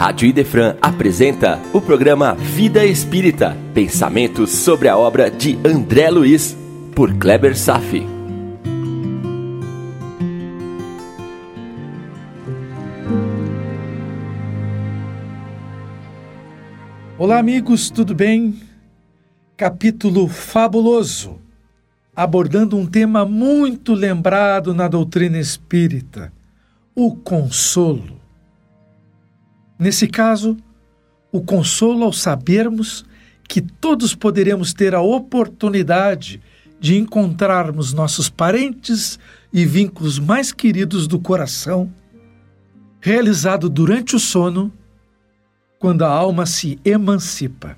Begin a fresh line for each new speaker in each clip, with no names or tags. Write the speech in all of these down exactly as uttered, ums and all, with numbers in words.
Rádio Idefran apresenta o programa Vida Espírita, pensamentos sobre a obra de André Luiz, por Kleber Safi.
Olá amigos, tudo bem? Capítulo fabuloso, abordando um tema muito lembrado na doutrina espírita, o consolo. Nesse caso, o consolo ao sabermos que todos poderemos ter a oportunidade de encontrarmos nossos parentes e vínculos mais queridos do coração, realizado durante o sono, quando a alma se emancipa.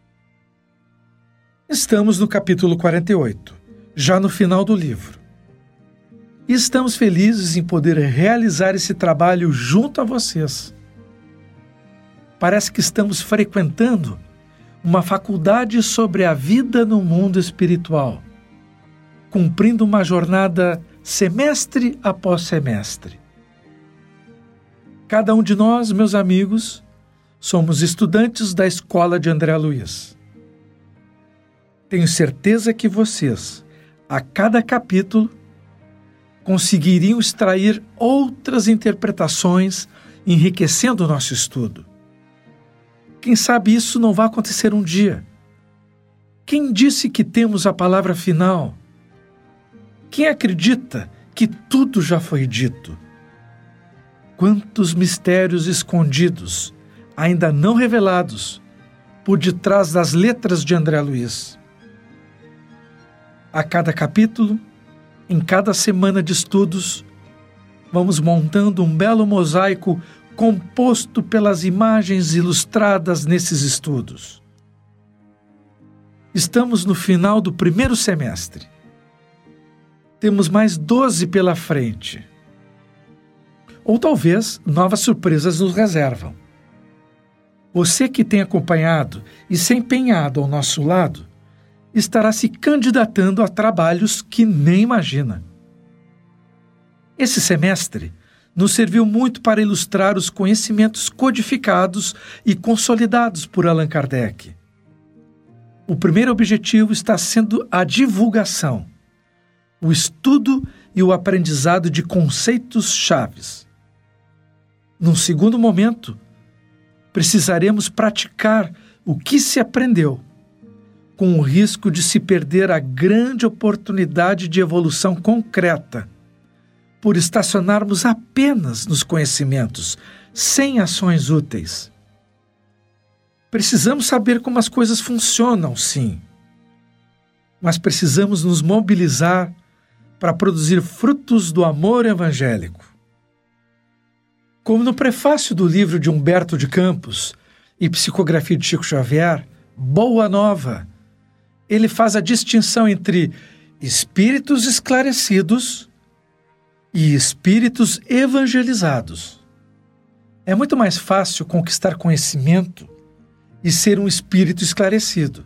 Estamos no capítulo quarenta e oito, já no final do livro. E estamos felizes em poder realizar esse trabalho junto a vocês. Parece que estamos frequentando uma faculdade sobre a vida no mundo espiritual, cumprindo uma jornada semestre após semestre. Cada um de nós, meus amigos, somos estudantes da escola de André Luiz. Tenho certeza que vocês, a cada capítulo, conseguiriam extrair outras interpretações, enriquecendo o nosso estudo. Quem sabe isso não vai acontecer um dia? Quem disse que temos a palavra final? Quem acredita que tudo já foi dito? Quantos mistérios escondidos, ainda não revelados, por detrás das letras de André Luiz. A cada capítulo, em cada semana de estudos, vamos montando um belo mosaico composto pelas imagens ilustradas nesses estudos. Estamos no final do primeiro semestre. Temos mais doze pela frente. Ou talvez novas surpresas nos reservam. Você que tem acompanhado e se empenhado ao nosso lado, estará se candidatando a trabalhos que nem imagina. Esse semestre nos serviu muito para ilustrar os conhecimentos codificados e consolidados por Allan Kardec. O primeiro objetivo está sendo a divulgação, o estudo e o aprendizado de conceitos chaves. Num segundo momento, precisaremos praticar o que se aprendeu, com o risco de se perder a grande oportunidade de evolução concreta, por estacionarmos apenas nos conhecimentos, sem ações úteis. Precisamos saber como as coisas funcionam, sim, mas precisamos nos mobilizar para produzir frutos do amor evangélico. Como no prefácio do livro de Humberto de Campos e psicografia de Chico Xavier, Boa Nova, ele faz a distinção entre espíritos esclarecidos e espíritos evangelizados. É muito mais fácil conquistar conhecimento e ser um espírito esclarecido.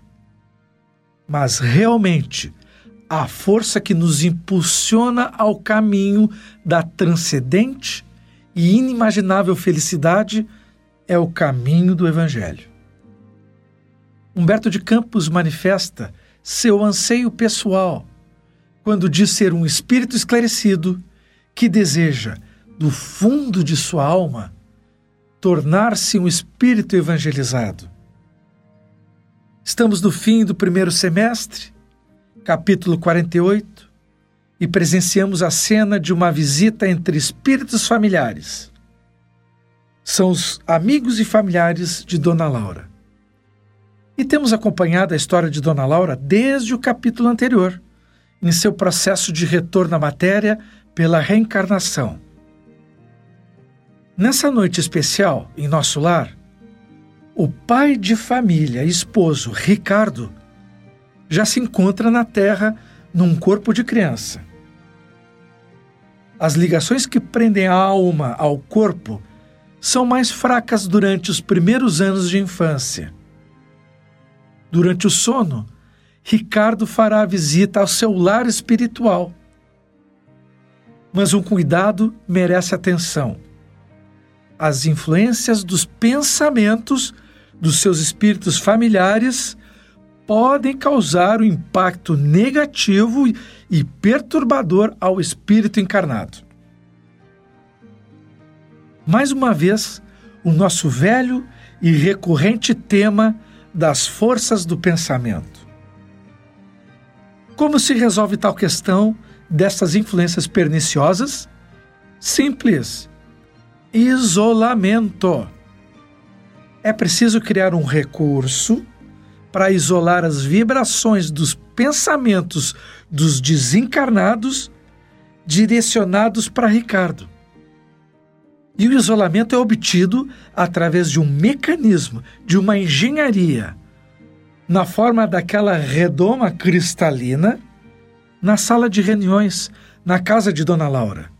Mas realmente, a força que nos impulsiona ao caminho da transcendente e inimaginável felicidade é o caminho do Evangelho. Humberto de Campos manifesta seu anseio pessoal quando diz ser um espírito esclarecido que deseja, do fundo de sua alma, tornar-se um espírito evangelizado. Estamos no fim do primeiro semestre, capítulo quarenta e oito, e presenciamos a cena de uma visita entre espíritos familiares. São os amigos e familiares de Dona Laura. E temos acompanhado a história de Dona Laura desde o capítulo anterior, em seu processo de retorno à matéria pela reencarnação. Nessa noite especial, em nosso lar, o pai de família e esposo, Ricardo, já se encontra na Terra num corpo de criança. As ligações que prendem a alma ao corpo são mais fracas durante os primeiros anos de infância. Durante o sono, Ricardo fará a visita ao seu lar espiritual. Mas um cuidado merece atenção. as influências dos pensamentos dos seus espíritos familiares podem causar um impacto negativo e perturbador ao espírito encarnado. Mais uma vez, o nosso velho e recorrente tema das forças do pensamento. Como se resolve tal questão dessas influências perniciosas? Simples. Isolamento. É preciso criar um recurso para isolar as vibrações dos pensamentos dos desencarnados direcionados para Ricardo. E o isolamento é obtido através de um mecanismo, de uma engenharia, na forma daquela redoma cristalina na sala de reuniões, na casa de Dona Laura.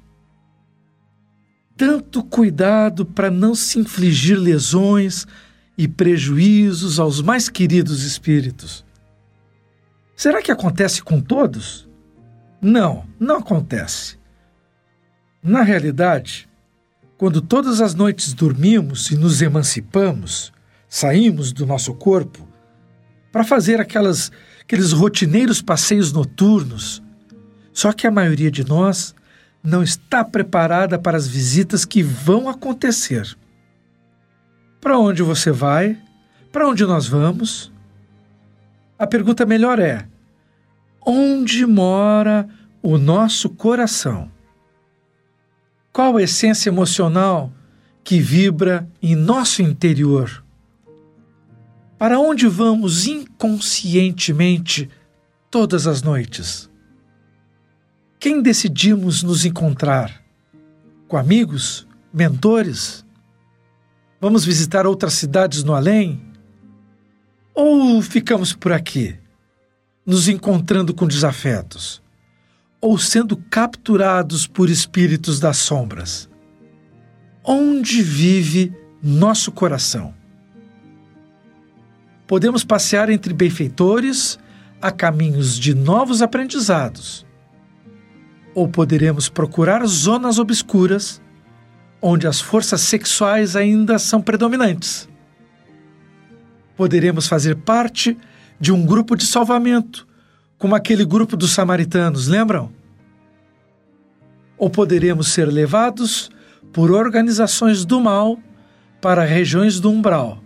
Tanto cuidado para não se infligir lesões e prejuízos aos mais queridos espíritos. Será que acontece com todos? Não, não acontece. Na realidade, quando todas as noites dormimos e nos emancipamos, saímos do nosso corpo para fazer aquelas, aqueles rotineiros passeios noturnos, só que a maioria de nós não está preparada para as visitas que vão acontecer. Para onde você vai? Para onde nós vamos? A pergunta melhor é: onde mora o nosso coração? Qual a essência emocional que vibra em nosso interior? Para onde vamos inconscientemente todas as noites? Quem decidimos nos encontrar? Com amigos? Mentores? Vamos visitar outras cidades no além? Ou ficamos por aqui, nos encontrando com desafetos? Ou sendo capturados por espíritos das sombras? Onde vive nosso coração? Podemos passear entre benfeitores a caminhos de novos aprendizados. Ou poderemos procurar zonas obscuras onde as forças sexuais ainda são predominantes. Poderemos fazer parte de um grupo de salvamento, como aquele grupo dos samaritanos, lembram? Ou poderemos ser levados por organizações do mal para regiões do umbral.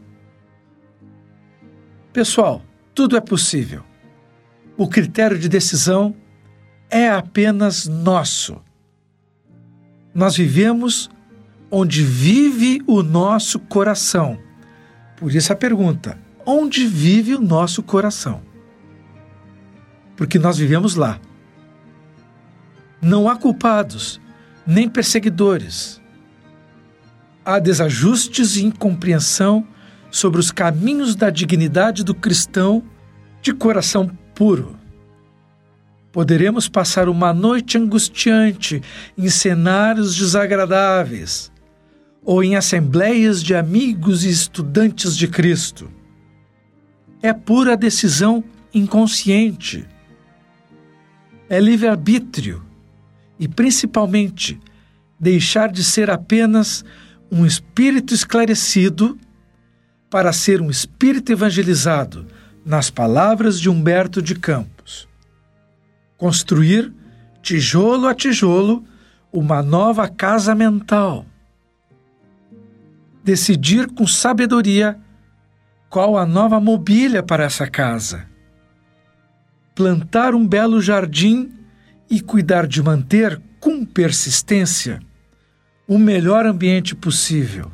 Pessoal, tudo é possível. O critério de decisão é apenas nosso. Nós vivemos onde vive o nosso coração. Por isso a pergunta: onde vive o nosso coração? Porque nós vivemos lá. Não há culpados, nem perseguidores. Há desajustes e incompreensão sobre os caminhos da dignidade do cristão de coração puro. Poderemos passar uma noite angustiante em cenários desagradáveis ou em assembleias de amigos e estudantes de Cristo. É pura decisão inconsciente. É livre-arbítrio e, principalmente, deixar de ser apenas um espírito esclarecido para ser um espírito evangelizado, nas palavras de Humberto de Campos. Construir, tijolo a tijolo, uma nova casa mental. Decidir com sabedoria qual a nova mobília para essa casa. Plantar um belo jardim e cuidar de manter, com persistência, o melhor ambiente possível.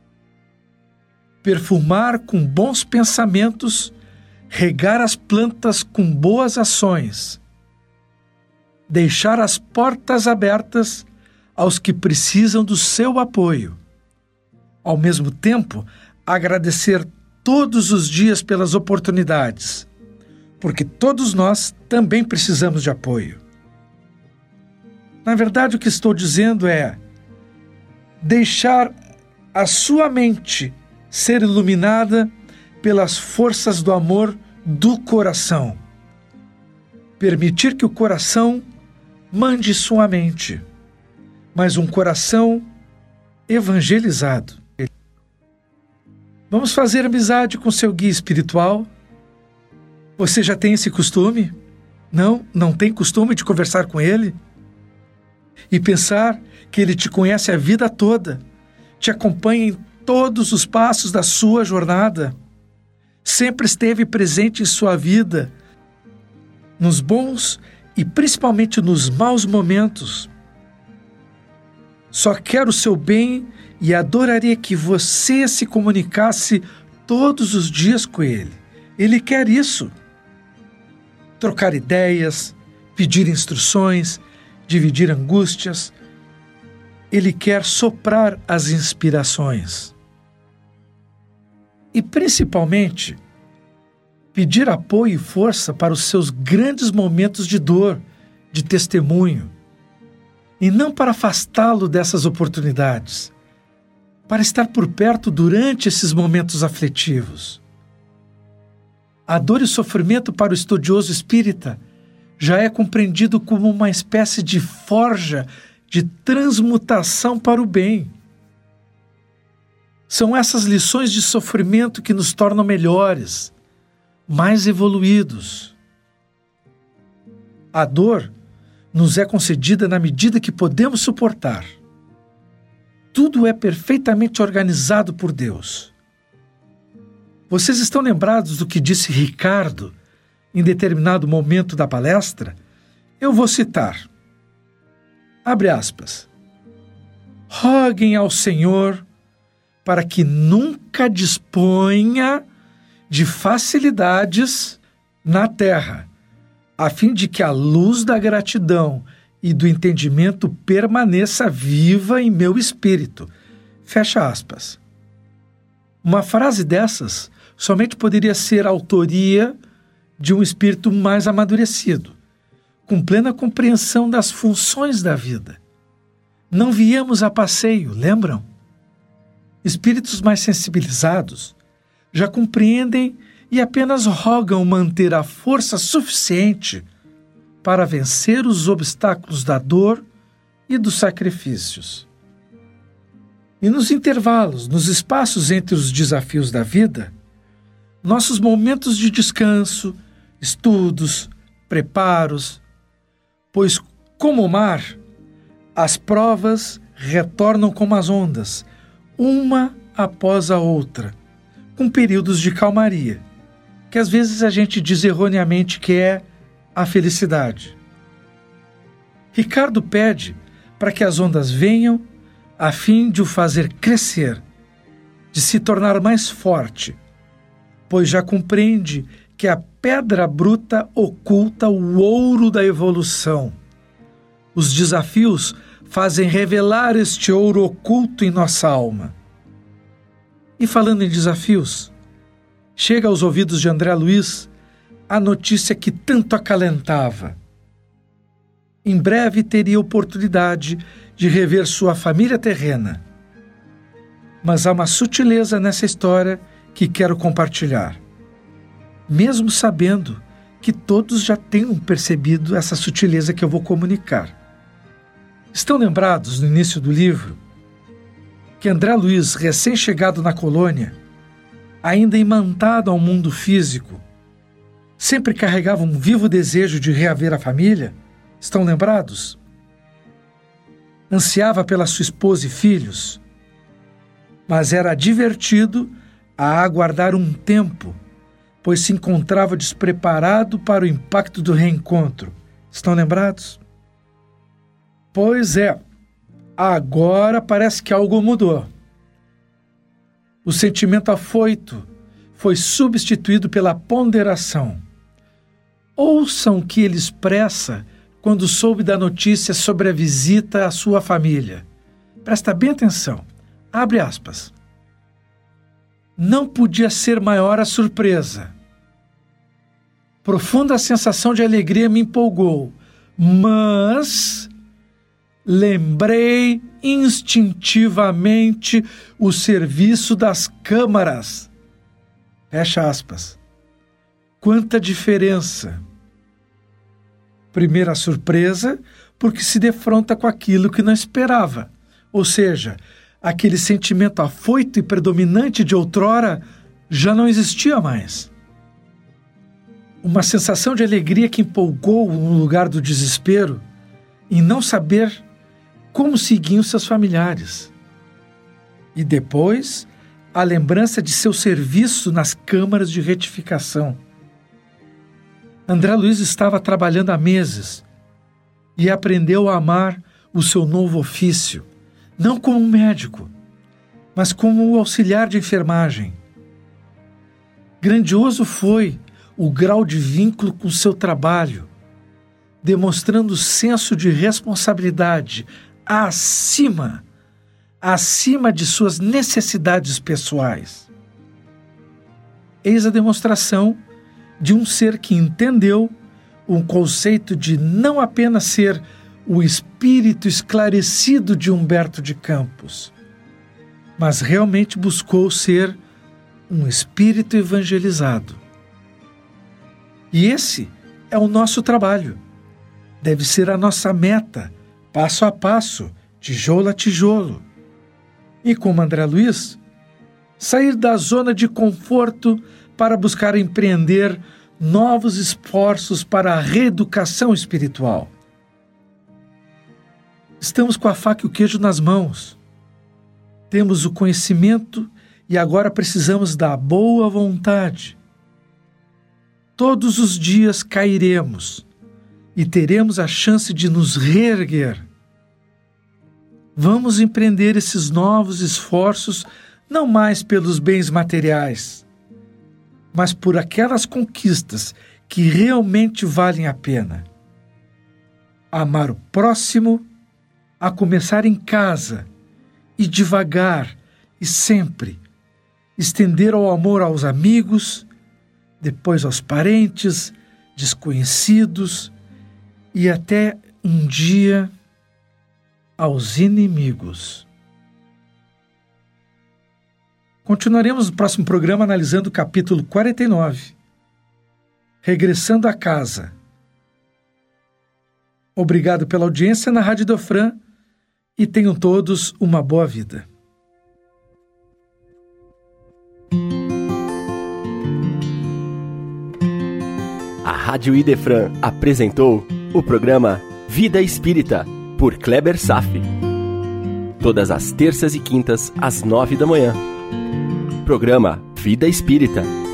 Perfumar com bons pensamentos, regar as plantas com boas ações. Deixar as portas abertas aos que precisam do seu apoio. Ao mesmo tempo, agradecer todos os dias pelas oportunidades, porque todos nós também precisamos de apoio. Na verdade, o que estou dizendo é deixar a sua mente ser iluminada pelas forças do amor do coração. Permitir que o coração mande sua mente, mas um coração evangelizado. Vamos fazer amizade com seu guia espiritual? Você já tem esse costume? Não, não tem costume de conversar com ele? E pensar que ele te conhece a vida toda, te acompanha em todos os passos da sua jornada, sempre esteve presente em sua vida, nos bons e principalmente nos maus momentos. Só quer o seu bem e adoraria que você se comunicasse todos os dias com ele. Ele quer isso. Trocar ideias, pedir instruções, dividir angústias. Ele quer soprar as inspirações. E principalmente, pedir apoio e força para os seus grandes momentos de dor, de testemunho. E não para afastá-lo dessas oportunidades, para estar por perto durante esses momentos aflitivos. A dor e o sofrimento para o estudioso espírita já é compreendido como uma espécie de forja de transmutação para o bem. São essas lições de sofrimento que nos tornam melhores, mais evoluídos. A dor nos é concedida na medida que podemos suportar. Tudo é perfeitamente organizado por Deus. Vocês estão lembrados do que disse Ricardo em determinado momento da palestra? Eu vou citar. Abre aspas. Roguem ao Senhor para que nunca disponha de facilidades na terra, a fim de que a luz da gratidão e do entendimento permaneça viva em meu espírito. Fecha aspas. Uma frase dessas somente poderia ser a autoria de um espírito mais amadurecido, com plena compreensão das funções da vida. Não viemos a passeio, lembram? Espíritos mais sensibilizados já compreendem e apenas rogam manter a força suficiente para vencer os obstáculos da dor e dos sacrifícios. E nos intervalos, nos espaços entre os desafios da vida, nossos momentos de descanso, estudos, preparos, pois, como o mar, as provas retornam como as ondas, uma após a outra, com períodos de calmaria, que às vezes a gente diz erroneamente que é a felicidade. Ricardo pede para que as ondas venham a fim de o fazer crescer, de se tornar mais forte, pois já compreende que a pedra bruta oculta o ouro da evolução. Os desafios fazem revelar este ouro oculto em nossa alma. E falando em desafios, chega aos ouvidos de André Luiz a notícia que tanto acalentava. Em breve teria oportunidade de rever sua família terrena. Mas há uma sutileza nessa história que quero compartilhar, mesmo sabendo que todos já tenham percebido essa sutileza que eu vou comunicar. Estão lembrados, no início do livro, que André Luiz, recém-chegado na colônia, ainda imantado ao mundo físico, sempre carregava um vivo desejo de reaver a família? Estão lembrados? Ansiava pela sua esposa e filhos, mas era advertido a aguardar um tempo, pois se encontrava despreparado para o impacto do reencontro. Estão lembrados? Pois é, agora parece que algo mudou. O sentimento afoito foi substituído pela ponderação. Ouçam o que ele expressa quando soube da notícia sobre a visita à sua família. Presta bem atenção. Abre aspas. Não podia ser maior a surpresa. Profunda sensação de alegria me empolgou, mas lembrei instintivamente o serviço das câmaras. Fecha aspas. Quanta diferença! Primeira surpresa, porque se defronta com aquilo que não esperava, ou seja, Aquele sentimento afoito e predominante de outrora já não existia mais. Uma sensação de alegria que empolgou no lugar do desespero em não saber como seguiam seus familiares. E depois, a lembrança de seu serviço nas câmaras de retificação. André Luiz estava trabalhando há meses e aprendeu a amar o seu novo ofício, não como um médico, mas como um auxiliar de enfermagem. Grandioso foi o grau de vínculo com seu trabalho, demonstrando senso de responsabilidade acima, acima de suas necessidades pessoais. Eis a demonstração de um ser que entendeu um conceito de não apenas ser o espírito esclarecido de Humberto de Campos, mas realmente buscou ser um espírito evangelizado. E esse é o nosso trabalho. Deve ser a nossa meta, passo a passo, tijolo a tijolo. E como André Luiz, sair da zona de conforto para buscar empreender novos esforços para a reeducação espiritual. Estamos com a faca e o queijo nas mãos. Temos o conhecimento e agora precisamos da boa vontade. Todos os dias cairemos e teremos a chance de nos reerguer. Vamos empreender esses novos esforços não mais pelos bens materiais, mas por aquelas conquistas que realmente valem a pena. Amar o próximo, a começar em casa e devagar e sempre estender o amor aos amigos, depois aos parentes, desconhecidos e até um dia aos inimigos. Continuaremos no próximo programa analisando o capítulo quarenta e nove, Regressando a Casa. Obrigado pela audiência na Rádio Idofran e tenham todos uma boa vida.
A Rádio Idefran apresentou o programa Vida Espírita, por Kleber Safi. Todas as terças e quintas, às nove da manhã. Programa Vida Espírita.